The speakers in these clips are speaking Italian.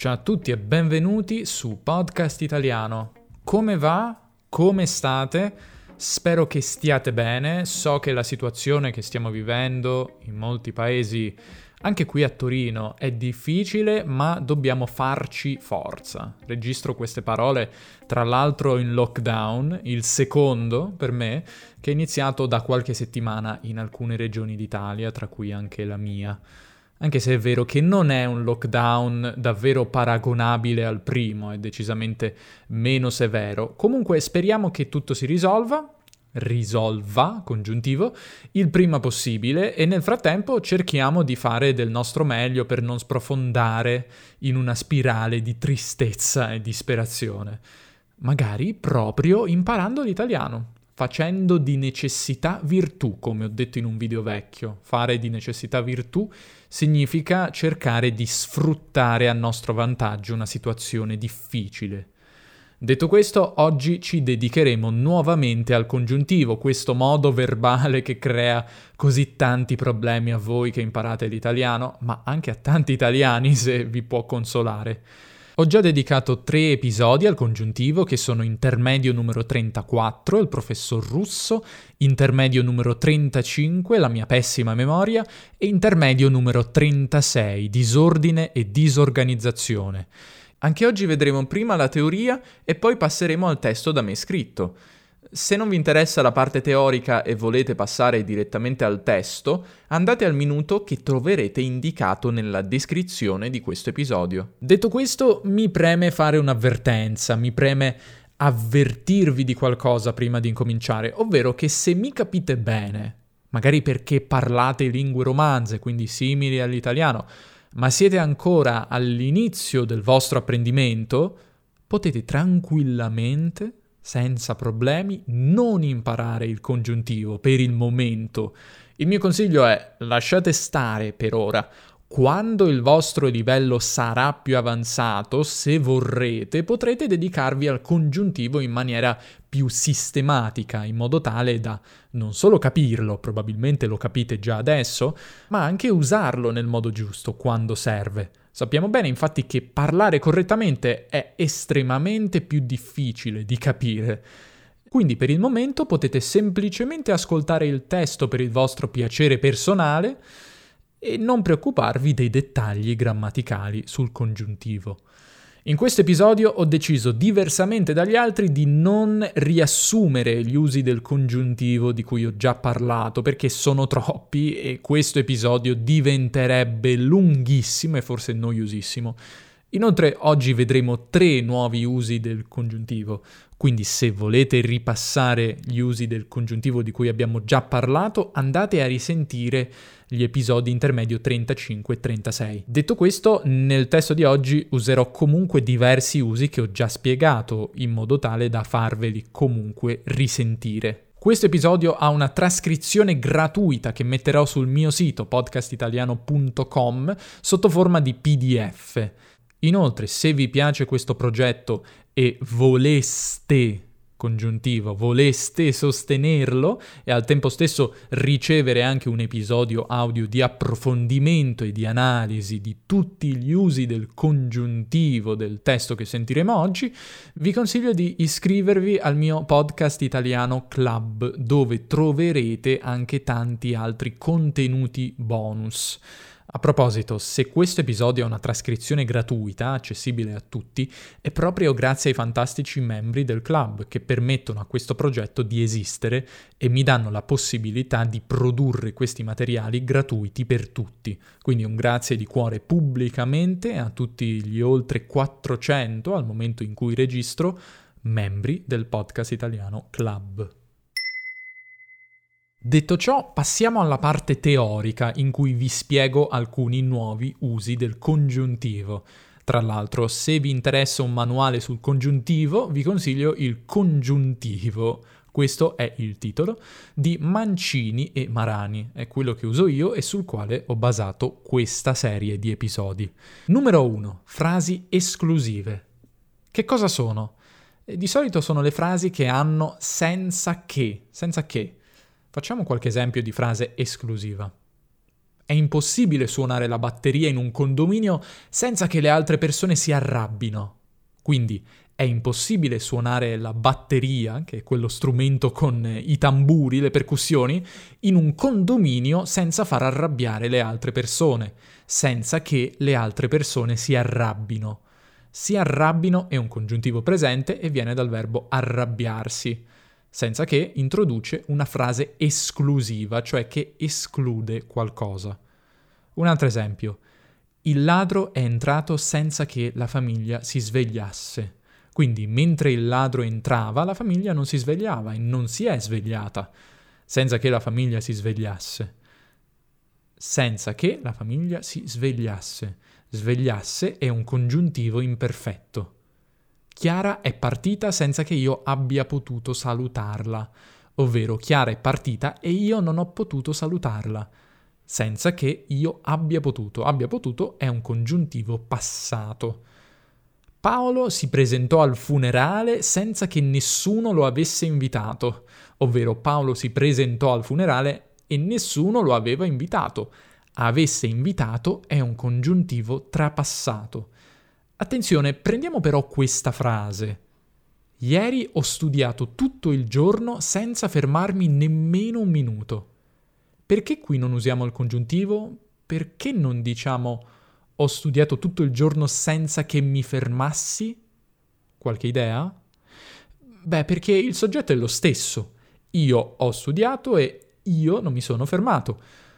Ciao a tutti e benvenuti su Podcast Italiano. Come va? Come state? Spero che stiate bene. So che la situazione che stiamo vivendo in molti paesi, anche qui a Torino, è difficile, ma dobbiamo farci forza. Registro queste parole, tra l'altro in lockdown, il secondo per me, che è iniziato da qualche settimana in alcune regioni d'Italia, tra cui anche la mia. Anche se è vero che non è un lockdown davvero paragonabile al primo, è decisamente meno severo. Comunque speriamo che tutto si risolva, congiuntivo, il prima possibile e nel frattempo cerchiamo di fare del nostro meglio per non sprofondare in una spirale di tristezza e disperazione. Magari proprio imparando l'italiano. Facendo di necessità virtù, come ho detto in un video vecchio. Fare di necessità virtù significa cercare di sfruttare a nostro vantaggio una situazione difficile. Detto questo, oggi ci dedicheremo nuovamente al congiuntivo, questo modo verbale che crea così tanti problemi a voi che imparate l'italiano, ma anche a tanti italiani se vi può consolare. Ho già dedicato 3 episodi al congiuntivo che sono intermedio numero 34, il professor Russo, intermedio numero 35, la mia pessima memoria, e intermedio numero 36, disordine e disorganizzazione. Anche oggi vedremo prima la teoria e poi passeremo al testo da me scritto. Se non vi interessa la parte teorica e volete passare direttamente al testo, andate al minuto che troverete indicato nella descrizione di questo episodio. Detto questo, mi preme fare un'avvertenza, mi preme avvertirvi di qualcosa prima di incominciare, ovvero che se mi capite bene, magari perché parlate lingue romanze, quindi simili all'italiano, ma siete ancora all'inizio del vostro apprendimento, potete tranquillamente, senza problemi, non imparare il congiuntivo per il momento. Il mio consiglio è lasciate stare per ora. Quando il vostro livello sarà più avanzato, se vorrete, potrete dedicarvi al congiuntivo in maniera più sistematica, in modo tale da non solo capirlo, probabilmente lo capite già adesso, ma anche usarlo nel modo giusto, quando serve. Sappiamo bene infatti che parlare correttamente è estremamente più difficile di capire. Quindi per il momento potete semplicemente ascoltare il testo per il vostro piacere personale e non preoccuparvi dei dettagli grammaticali sul congiuntivo. In questo episodio ho deciso, diversamente dagli altri, di non riassumere gli usi del congiuntivo di cui ho già parlato, perché sono troppi e questo episodio diventerebbe lunghissimo e forse noiosissimo. Inoltre oggi vedremo 3 nuovi usi del congiuntivo, quindi se volete ripassare gli usi del congiuntivo di cui abbiamo già parlato, andate a risentire gli episodi intermedio 35 e 36. Detto questo, nel testo di oggi userò comunque diversi usi che ho già spiegato, in modo tale da farveli comunque risentire. Questo episodio ha una trascrizione gratuita che metterò sul mio sito podcastitaliano.com sotto forma di PDF. Inoltre, se vi piace questo progetto e voleste sostenerlo e al tempo stesso ricevere anche un episodio audio di approfondimento e di analisi di tutti gli usi del congiuntivo del testo che sentiremo oggi, vi consiglio di iscrivervi al mio Podcast Italiano Club, dove troverete anche tanti altri contenuti bonus. A proposito, se questo episodio è una trascrizione gratuita, accessibile a tutti, è proprio grazie ai fantastici membri del club che permettono a questo progetto di esistere e mi danno la possibilità di produrre questi materiali gratuiti per tutti. Quindi un grazie di cuore pubblicamente a tutti gli oltre 400, al momento in cui registro, membri del Podcast Italiano Club. Detto ciò, passiamo alla parte teorica in cui vi spiego alcuni nuovi usi del congiuntivo. Tra l'altro, se vi interessa un manuale sul congiuntivo, vi consiglio il Congiuntivo, questo è il titolo, di Mancini e Marani. È quello che uso io e sul quale ho basato questa serie di episodi. Numero 1. Frasi esclusive. Che cosa sono? Di solito sono le frasi che hanno senza che. Facciamo qualche esempio di frase esclusiva. È impossibile suonare la batteria in un condominio senza che le altre persone si arrabbino. Quindi è impossibile suonare la batteria, che è quello strumento con i tamburi, le percussioni, in un condominio senza far arrabbiare le altre persone, senza che le altre persone si arrabbino. Si arrabbino è un congiuntivo presente e viene dal verbo arrabbiarsi, senza che introduce una frase esclusiva, cioè che esclude qualcosa. Un altro esempio. Il ladro è entrato senza che la famiglia si svegliasse. Quindi, mentre il ladro entrava, la famiglia non si svegliava e non si è svegliata, senza che la famiglia si svegliasse. Senza che la famiglia si svegliasse. Svegliasse è un congiuntivo imperfetto. Chiara è partita senza che io abbia potuto salutarla, ovvero Chiara è partita e io non ho potuto salutarla, senza che io abbia potuto. Abbia potuto è un congiuntivo passato. Paolo si presentò al funerale senza che nessuno lo avesse invitato, ovvero Paolo si presentò al funerale e nessuno lo aveva invitato. Avesse invitato è un congiuntivo trapassato. Attenzione, prendiamo però questa frase. Ieri ho studiato tutto il giorno senza fermarmi nemmeno un minuto. Perché qui non usiamo il congiuntivo? Perché non diciamo ho studiato tutto il giorno senza che mi fermassi? Qualche idea? Beh, perché il soggetto è lo stesso. Io ho studiato e io non mi sono fermato.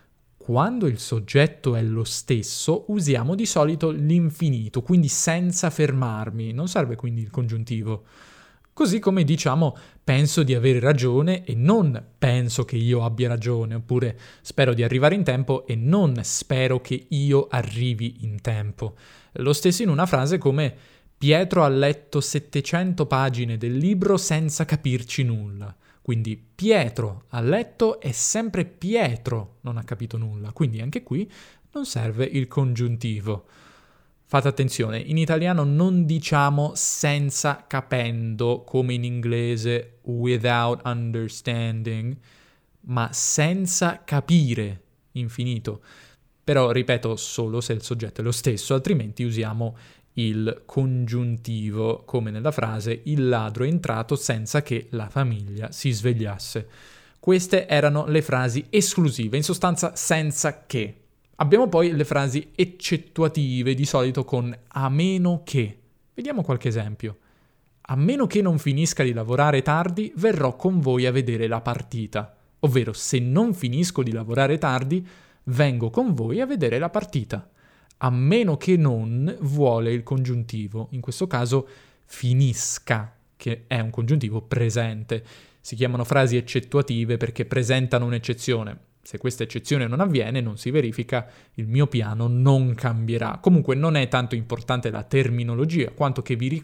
Quando il soggetto è lo stesso, usiamo di solito l'infinito, quindi senza fermarmi, non serve quindi il congiuntivo. Così come diciamo penso di avere ragione e non penso che io abbia ragione, oppure spero di arrivare in tempo e non spero che io arrivi in tempo. Lo stesso in una frase come Pietro ha letto 700 pagine del libro senza capirci nulla. Quindi Pietro ha letto e sempre Pietro non ha capito nulla, quindi anche qui non serve il congiuntivo. Fate attenzione, in italiano non diciamo senza capendo come in inglese without understanding, ma senza capire, infinito. Però ripeto solo se il soggetto è lo stesso, altrimenti usiamo il congiuntivo, come nella frase il ladro è entrato senza che la famiglia si svegliasse. Queste erano le frasi esclusive, in sostanza senza che. Abbiamo poi le frasi eccettuative, di solito con a meno che. Vediamo qualche esempio. A meno che non finisca di lavorare tardi, verrò con voi a vedere la partita. Ovvero, se non finisco di lavorare tardi, vengo con voi a vedere la partita. A meno che non vuole il congiuntivo, in questo caso finisca, che è un congiuntivo presente. Si chiamano frasi eccettuative perché presentano un'eccezione. Se questa eccezione non avviene, non si verifica, il mio piano non cambierà. Comunque non è tanto importante la terminologia, quanto che vi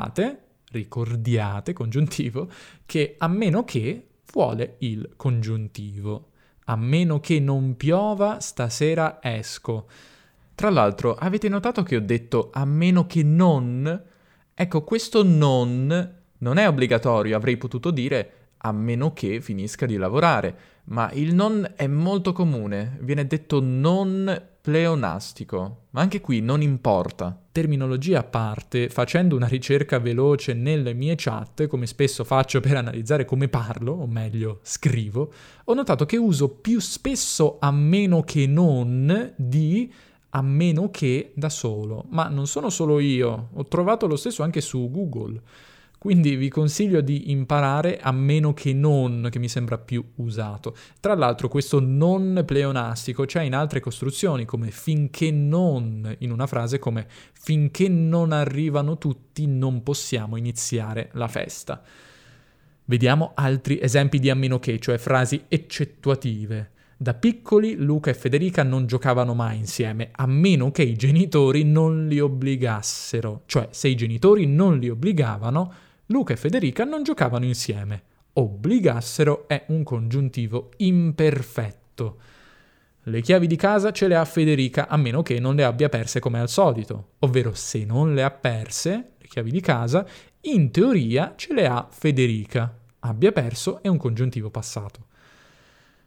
ricordiate, congiuntivo, che a meno che vuole il congiuntivo. A meno che non piova, stasera esco. Tra l'altro, avete notato che ho detto a meno che non? Ecco, questo non è obbligatorio, avrei potuto dire a meno che finisca di lavorare, ma il non è molto comune, viene detto non pleonastico, ma anche qui non importa. Terminologia a parte, facendo una ricerca veloce nelle mie chat, come spesso faccio per analizzare come parlo, o meglio scrivo, ho notato che uso più spesso a meno che non di a meno che da solo, ma non sono solo io, ho trovato lo stesso anche su Google. Quindi vi consiglio di imparare a meno che non, che mi sembra più usato. Tra l'altro questo non pleonastico c'è in altre costruzioni, come finché non, in una frase come finché non arrivano tutti non possiamo iniziare la festa. Vediamo altri esempi di a meno che, cioè frasi eccettuative. Da piccoli Luca e Federica non giocavano mai insieme, a meno che i genitori non li obbligassero. Cioè, se i genitori non li obbligavano, Luca e Federica non giocavano insieme. Obbligassero è un congiuntivo imperfetto. Le chiavi di casa ce le ha Federica, a meno che non le abbia perse come al solito. Ovvero, se non le ha perse, le chiavi di casa, in teoria ce le ha Federica. Abbia perso è un congiuntivo passato.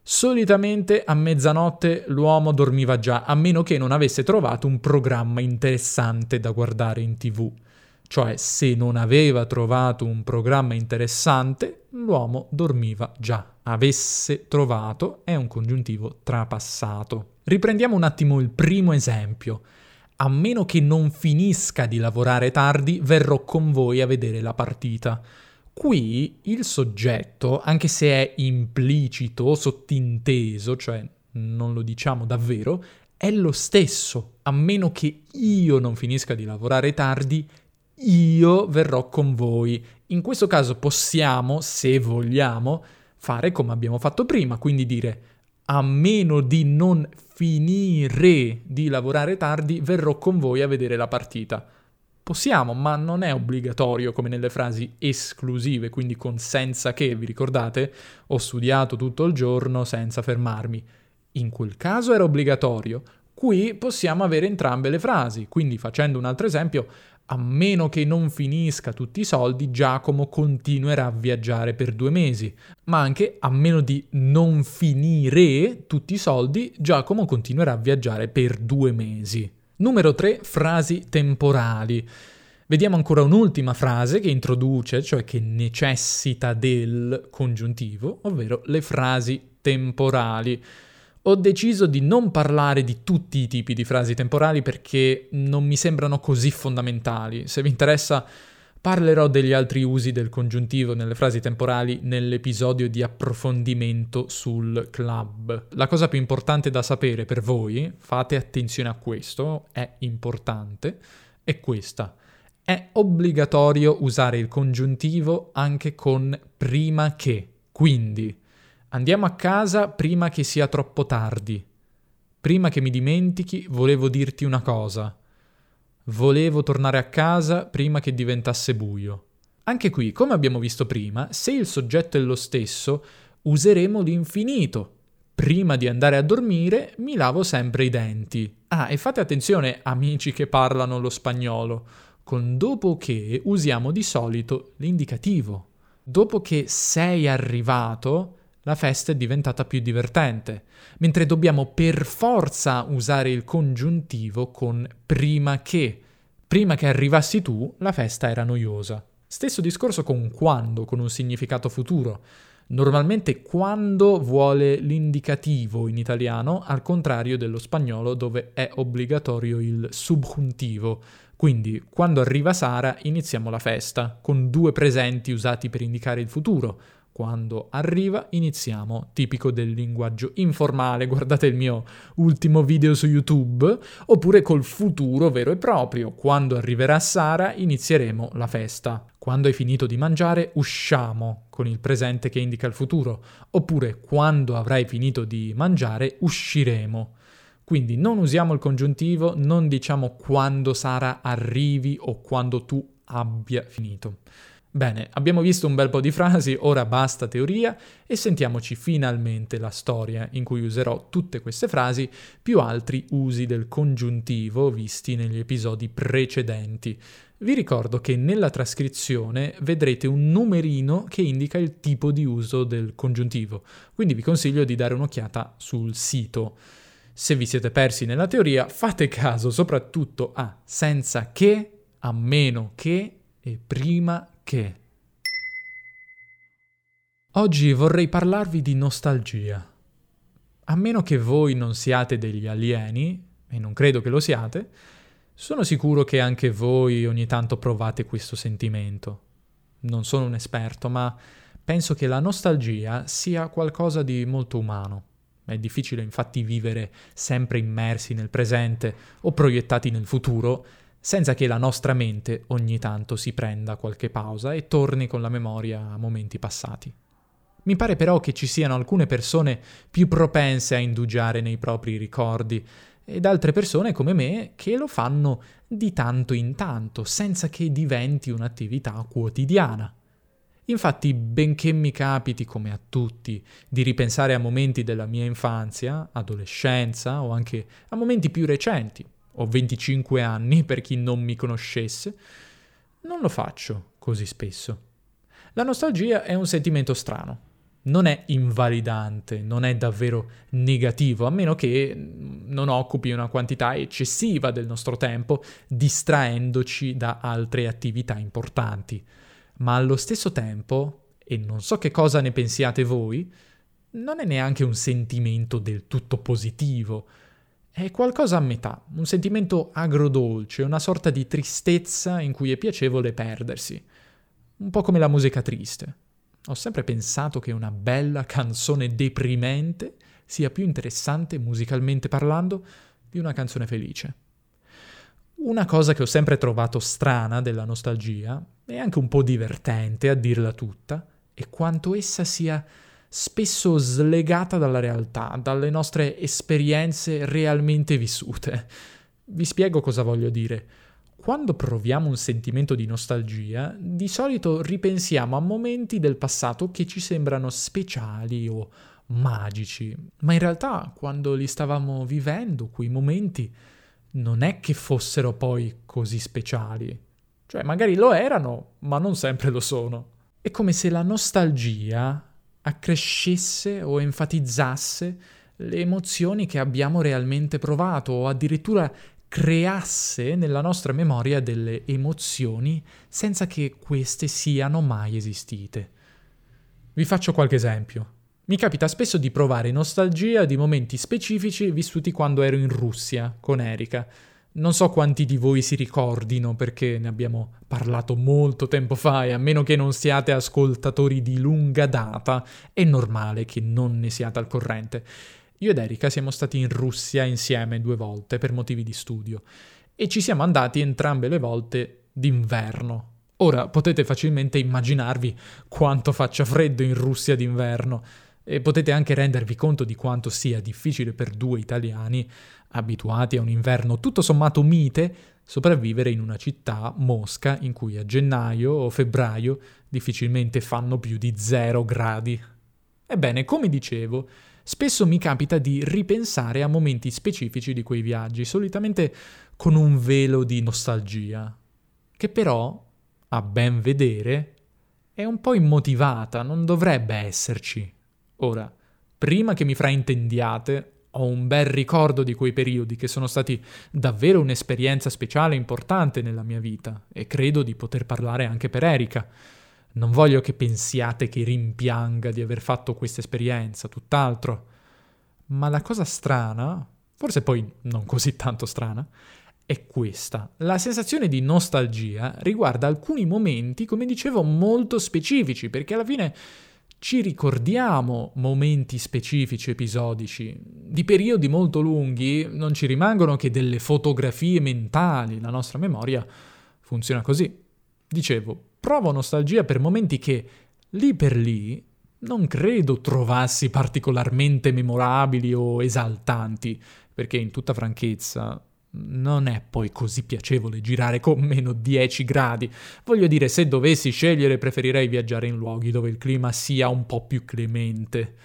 Solitamente a mezzanotte l'uomo dormiva già, a meno che non avesse trovato un programma interessante da guardare in TV. Cioè, se non aveva trovato un programma interessante, l'uomo dormiva già. Avesse trovato è un congiuntivo trapassato. Riprendiamo un attimo il primo esempio. A meno che non finisca di lavorare tardi, verrò con voi a vedere la partita. Qui il soggetto, anche se è implicito o sottinteso, cioè non lo diciamo davvero, è lo stesso. A meno che io non finisca di lavorare tardi, io verrò con voi. In questo caso possiamo, se vogliamo, fare come abbiamo fatto prima, quindi dire a meno di non finire di lavorare tardi, verrò con voi a vedere la partita. Possiamo, ma non è obbligatorio come nelle frasi esclusive, quindi con senza che, vi ricordate? Ho studiato tutto il giorno senza fermarmi. In quel caso era obbligatorio. Qui possiamo avere entrambe le frasi, quindi facendo un altro esempio, a meno che non finisca tutti i soldi, Giacomo continuerà a viaggiare per 2 mesi. Ma anche a meno di non finire tutti i soldi, Giacomo continuerà a viaggiare per 2 mesi. Numero 3, frasi temporali. Vediamo ancora un'ultima frase che introduce, cioè che necessita del congiuntivo, ovvero le frasi temporali. Ho deciso di non parlare di tutti i tipi di frasi temporali perché non mi sembrano così fondamentali. Se vi interessa, parlerò degli altri usi del congiuntivo nelle frasi temporali nell'episodio di approfondimento sul club. La cosa più importante da sapere per voi, fate attenzione a questo, è importante, è questa. È obbligatorio usare il congiuntivo anche con prima che. Quindi, andiamo a casa prima che sia troppo tardi. Prima che mi dimentichi, volevo dirti una cosa. Volevo tornare a casa prima che diventasse buio. Anche qui, come abbiamo visto prima, se il soggetto è lo stesso, useremo l'infinito. Prima di andare a dormire mi lavo sempre i denti. Ah, e fate attenzione, amici che parlano lo spagnolo. Con dopo che usiamo di solito l'indicativo. Dopo che sei arrivato, la festa è diventata più divertente, mentre dobbiamo per forza usare il congiuntivo con prima che. Prima che arrivassi tu, la festa era noiosa. Stesso discorso con quando, con un significato futuro. Normalmente quando vuole l'indicativo in italiano, al contrario dello spagnolo dove è obbligatorio il subjuntivo. Quindi, quando arriva Sara, iniziamo la festa, con 2 presenti usati per indicare il futuro. Quando arriva, iniziamo, tipico del linguaggio informale, guardate il mio ultimo video su YouTube, oppure col futuro vero e proprio. Quando arriverà Sara, inizieremo la festa. Quando hai finito di mangiare, usciamo, con il presente che indica il futuro. Oppure, quando avrai finito di mangiare, usciremo. Quindi non usiamo il congiuntivo, non diciamo quando Sara arrivi o quando tu abbia finito. Bene, abbiamo visto un bel po' di frasi, ora basta teoria e sentiamoci finalmente la storia in cui userò tutte queste frasi più altri usi del congiuntivo visti negli episodi precedenti. Vi ricordo che nella trascrizione vedrete un numerino che indica il tipo di uso del congiuntivo, quindi vi consiglio di dare un'occhiata sul sito. Se vi siete persi nella teoria, fate caso soprattutto a senza che, a meno che e prima che. Oggi vorrei parlarvi di nostalgia. A meno che voi non siate degli alieni, e non credo che lo siate, sono sicuro che anche voi ogni tanto provate questo sentimento. Non sono un esperto, ma penso che la nostalgia sia qualcosa di molto umano. È difficile infatti vivere sempre immersi nel presente o proiettati nel futuro, senza che la nostra mente ogni tanto si prenda qualche pausa e torni con la memoria a momenti passati. Mi pare però che ci siano alcune persone più propense a indugiare nei propri ricordi ed altre persone come me che lo fanno di tanto in tanto, senza che diventi un'attività quotidiana. Infatti, benché mi capiti, come a tutti, di ripensare a momenti della mia infanzia, adolescenza o anche a momenti più recenti, ho 25 anni per chi non mi conoscesse, non lo faccio così spesso. La nostalgia è un sentimento strano. non è invalidante, non è davvero negativo, a meno che non occupi una quantità eccessiva del nostro tempo, distraendoci da altre attività importanti. Ma allo stesso tempo, e non so che cosa ne pensiate voi, non è neanche un sentimento del tutto positivo. È qualcosa a metà, un sentimento agrodolce, una sorta di tristezza in cui è piacevole perdersi. Un po' come la musica triste. Ho sempre pensato che una bella canzone deprimente sia più interessante, musicalmente parlando, di una canzone felice. Una cosa che ho sempre trovato strana della nostalgia, e anche un po' divertente a dirla tutta, è quanto essa sia spesso slegata dalla realtà, dalle nostre esperienze realmente vissute. Vi spiego cosa voglio dire. Quando proviamo un sentimento di nostalgia, di solito ripensiamo a momenti del passato che ci sembrano speciali o magici, ma in realtà quando li stavamo vivendo, quei momenti, non è che fossero poi così speciali. Cioè, magari lo erano, ma non sempre lo sono. È come se la nostalgia accrescesse o enfatizzasse le emozioni che abbiamo realmente provato o addirittura creasse nella nostra memoria delle emozioni senza che queste siano mai esistite. Vi faccio qualche esempio. Mi capita spesso di provare nostalgia di momenti specifici vissuti quando ero in Russia con Erika. Non so quanti di voi si ricordino perché ne abbiamo parlato molto tempo fa e a meno che non siate ascoltatori di lunga data è normale che non ne siate al corrente. Io ed Erika siamo stati in Russia insieme 2 volte per motivi di studio e ci siamo andati entrambe le volte d'inverno. Ora potete facilmente immaginarvi quanto faccia freddo in Russia d'inverno e potete anche rendervi conto di quanto sia difficile per 2 italiani abituati a un inverno tutto sommato mite sopravvivere in una città, Mosca, in cui a gennaio o febbraio difficilmente fanno più di 0 gradi. Ebbene, come dicevo, spesso mi capita di ripensare a momenti specifici di quei viaggi, solitamente con un velo di nostalgia, che però, a ben vedere, è un po' immotivata, non dovrebbe esserci. Ora, prima che mi fraintendiate, ho un bel ricordo di quei periodi che sono stati davvero un'esperienza speciale e importante nella mia vita e credo di poter parlare anche per Erika. Non voglio che pensiate che rimpianga di aver fatto questa esperienza, tutt'altro. Ma la cosa strana, forse poi non così tanto strana, è questa. La sensazione di nostalgia riguarda alcuni momenti, come dicevo, molto specifici, perché alla fine ci ricordiamo momenti specifici, episodici. Di periodi molto lunghi non ci rimangono che delle fotografie mentali, la nostra memoria funziona così. Dicevo, provo nostalgia per momenti che, lì per lì, non credo trovassi particolarmente memorabili o esaltanti, perché in tutta franchezza non è poi così piacevole girare con meno 10 gradi. Voglio dire, se dovessi scegliere preferirei viaggiare in luoghi dove il clima sia un po' più clemente.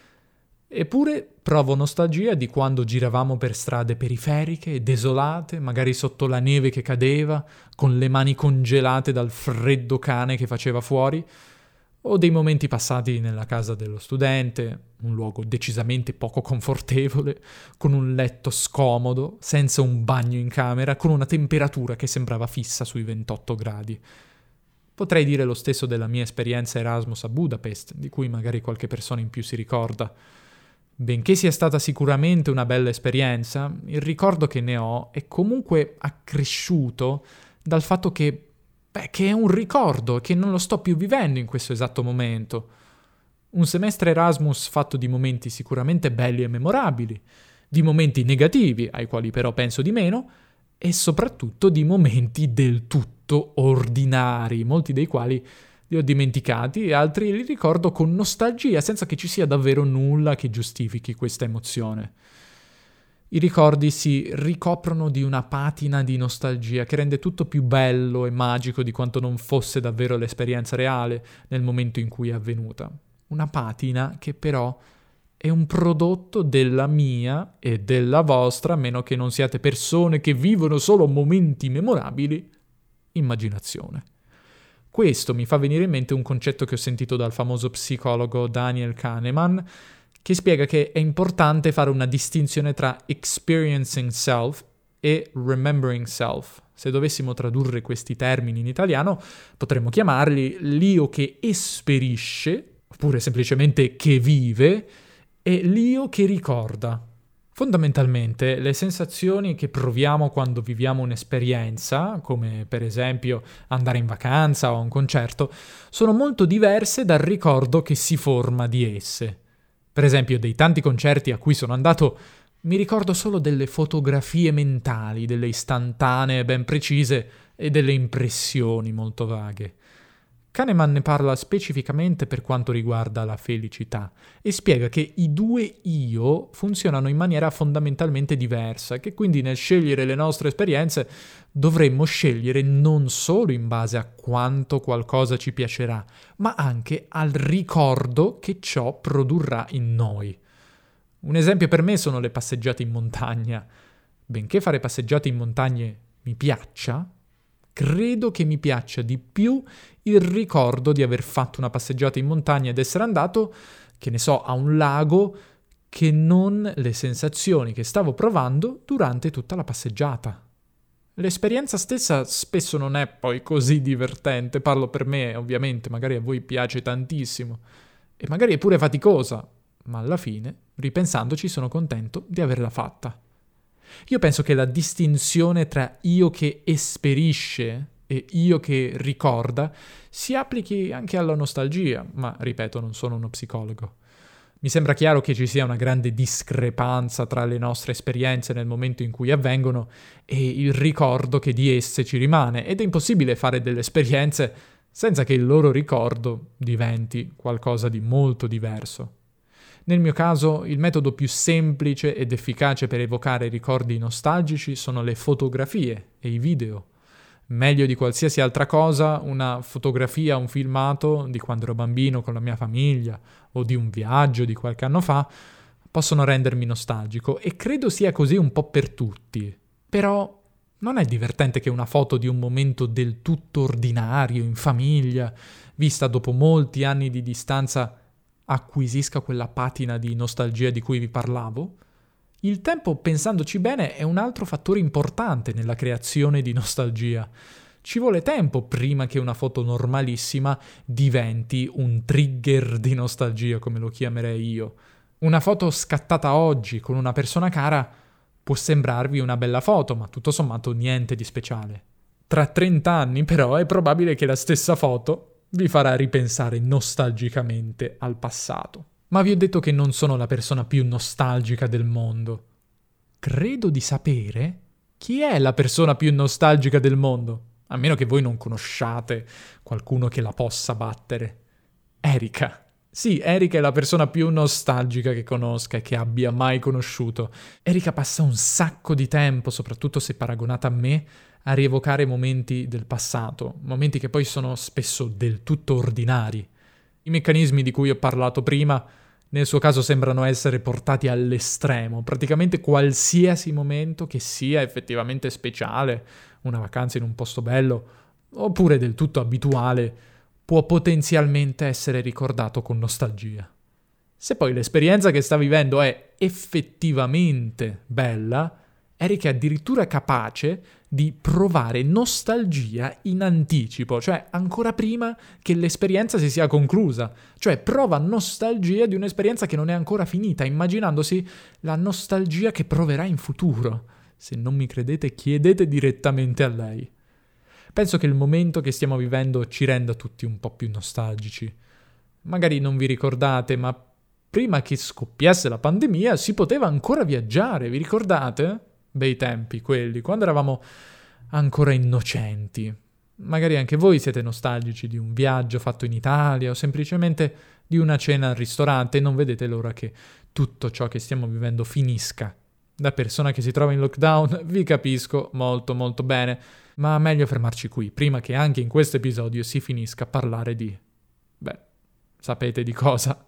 Eppure provo nostalgia di quando giravamo per strade periferiche e desolate, magari sotto la neve che cadeva, con le mani congelate dal freddo cane che faceva fuori, o dei momenti passati nella casa dello studente, un luogo decisamente poco confortevole, con un letto scomodo, senza un bagno in camera, con una temperatura che sembrava fissa sui 28 gradi. Potrei dire lo stesso della mia esperienza Erasmus a Budapest, di cui magari qualche persona in più si ricorda. Benché sia stata sicuramente una bella esperienza, il ricordo che ne ho è comunque accresciuto dal fatto che è un ricordo, che non lo sto più vivendo in questo esatto momento. Un semestre Erasmus fatto di momenti sicuramente belli e memorabili, di momenti negativi, ai quali però penso di meno, e soprattutto di momenti del tutto ordinari, molti dei quali li ho dimenticati e altri li ricordo con nostalgia, senza che ci sia davvero nulla che giustifichi questa emozione. I ricordi si ricoprono di una patina di nostalgia che rende tutto più bello e magico di quanto non fosse davvero l'esperienza reale nel momento in cui è avvenuta. Una patina che però è un prodotto della mia e della vostra, a meno che non siate persone che vivono solo momenti memorabili, immaginazione. Questo mi fa venire in mente un concetto che ho sentito dal famoso psicologo Daniel Kahneman, che spiega che è importante fare una distinzione tra experiencing self e remembering self. Se dovessimo tradurre questi termini in italiano, potremmo chiamarli l'io che esperisce, oppure semplicemente che vive, e l'io che ricorda. Fondamentalmente, le sensazioni che proviamo quando viviamo un'esperienza, come per esempio andare in vacanza o a un concerto, sono molto diverse dal ricordo che si forma di esse. Per esempio, dei tanti concerti a cui sono andato, mi ricordo solo delle fotografie mentali, delle istantanee ben precise e delle impressioni molto vaghe. Kahneman ne parla specificamente per quanto riguarda la felicità e spiega che i due io funzionano in maniera fondamentalmente diversa e che quindi nel scegliere le nostre esperienze dovremmo scegliere non solo in base a quanto qualcosa ci piacerà, ma anche al ricordo che ciò produrrà in noi. Un esempio per me sono le passeggiate in montagna. Benché fare passeggiate in montagne mi piaccia, credo che mi piaccia di più il ricordo di aver fatto una passeggiata in montagna ed essere andato, che ne so, a un lago, che non le sensazioni che stavo provando durante tutta la passeggiata. L'esperienza stessa spesso non è poi così divertente, parlo per me, ovviamente, magari a voi piace tantissimo, e magari è pure faticosa, ma alla fine, ripensandoci, sono contento di averla fatta. Io penso che la distinzione tra io che esperisce e io che ricorda si applichi anche alla nostalgia, ma ripeto, non sono uno psicologo. Mi sembra chiaro che ci sia una grande discrepanza tra le nostre esperienze nel momento in cui avvengono e il ricordo che di esse ci rimane, ed è impossibile fare delle esperienze senza che il loro ricordo diventi qualcosa di molto diverso. Nel mio caso, il metodo più semplice ed efficace per evocare ricordi nostalgici sono le fotografie e i video. Meglio di qualsiasi altra cosa, una fotografia, un filmato di quando ero bambino con la mia famiglia o di un viaggio di qualche anno fa possono rendermi nostalgico e credo sia così un po' per tutti. Però non è divertente che una foto di un momento del tutto ordinario, in famiglia, vista dopo molti anni di distanza, acquisisca quella patina di nostalgia di cui vi parlavo? Il tempo, pensandoci bene, è un altro fattore importante nella creazione di nostalgia. Ci vuole tempo prima che una foto normalissima diventi un trigger di nostalgia, come lo chiamerei io. Una foto scattata oggi con una persona cara può sembrarvi una bella foto, ma tutto sommato niente di speciale. Tra 30 anni, però, è probabile che la stessa foto vi farà ripensare nostalgicamente al passato. Ma vi ho detto che non sono la persona più nostalgica del mondo. Credo di sapere chi è la persona più nostalgica del mondo, a meno che voi non conosciate qualcuno che la possa battere. Erika. Sì, Erika è la persona più nostalgica che conosca e che abbia mai conosciuto. Erika passa un sacco di tempo, soprattutto se paragonata a me, a rievocare momenti del passato, momenti che poi sono spesso del tutto ordinari. I meccanismi di cui ho parlato prima, nel suo caso sembrano essere portati all'estremo. Praticamente qualsiasi momento che sia effettivamente speciale, una vacanza in un posto bello, oppure del tutto abituale, può potenzialmente essere ricordato con nostalgia. Se poi l'esperienza che sta vivendo è effettivamente bella, Erika è addirittura capace di provare nostalgia in anticipo, cioè ancora prima che l'esperienza si sia conclusa, cioè prova nostalgia di un'esperienza che non è ancora finita, immaginandosi la nostalgia che proverà in futuro. Se non mi credete, chiedete direttamente a lei. Penso che il momento che stiamo vivendo ci renda tutti un po' più nostalgici. Magari non vi ricordate, ma prima che scoppiasse la pandemia si poteva ancora viaggiare, vi ricordate? Bei tempi quelli, quando eravamo ancora innocenti. Magari anche voi siete nostalgici di un viaggio fatto in Italia o semplicemente di una cena al ristorante e non vedete l'ora che tutto ciò che stiamo vivendo finisca. Da persona che si trova in lockdown vi capisco molto molto bene, ma meglio fermarci qui, prima che anche in questo episodio si finisca a parlare di... sapete di cosa?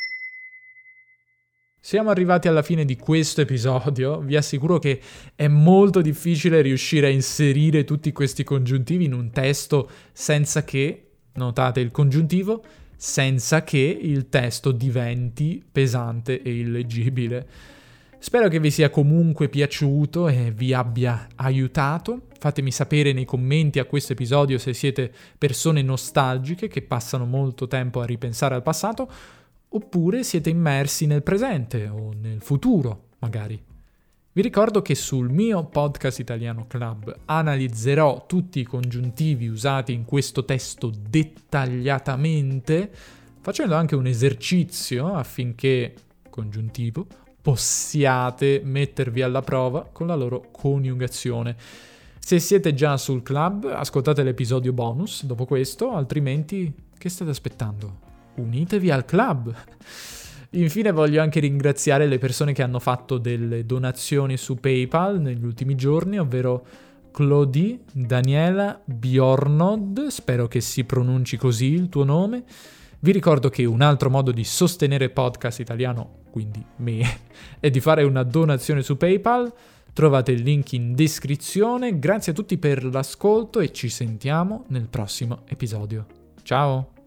Siamo arrivati alla fine di questo episodio, vi assicuro che è molto difficile riuscire a inserire tutti questi congiuntivi in un testo senza che notate il congiuntivo, senza che il testo diventi pesante e illeggibile. Spero che vi sia comunque piaciuto e vi abbia aiutato. Fatemi sapere nei commenti a questo episodio se siete persone nostalgiche che passano molto tempo a ripensare al passato, oppure siete immersi nel presente o nel futuro, magari. Vi ricordo che sul mio Podcast Italiano Club analizzerò tutti i congiuntivi usati in questo testo dettagliatamente, facendo anche un esercizio affinché, congiuntivo, possiate mettervi alla prova con la loro coniugazione. Se siete già sul club, ascoltate l'episodio bonus dopo questo, altrimenti che state aspettando? Unitevi al club! Infine voglio anche ringraziare le persone che hanno fatto delle donazioni su PayPal negli ultimi giorni, ovvero Claudie, Daniela, Bjornod, spero che si pronunci così il tuo nome. Vi ricordo che un altro modo di sostenere Podcast Italiano, quindi me, è di fare una donazione su PayPal. Trovate il link in descrizione. Grazie a tutti per l'ascolto e ci sentiamo nel prossimo episodio. Ciao!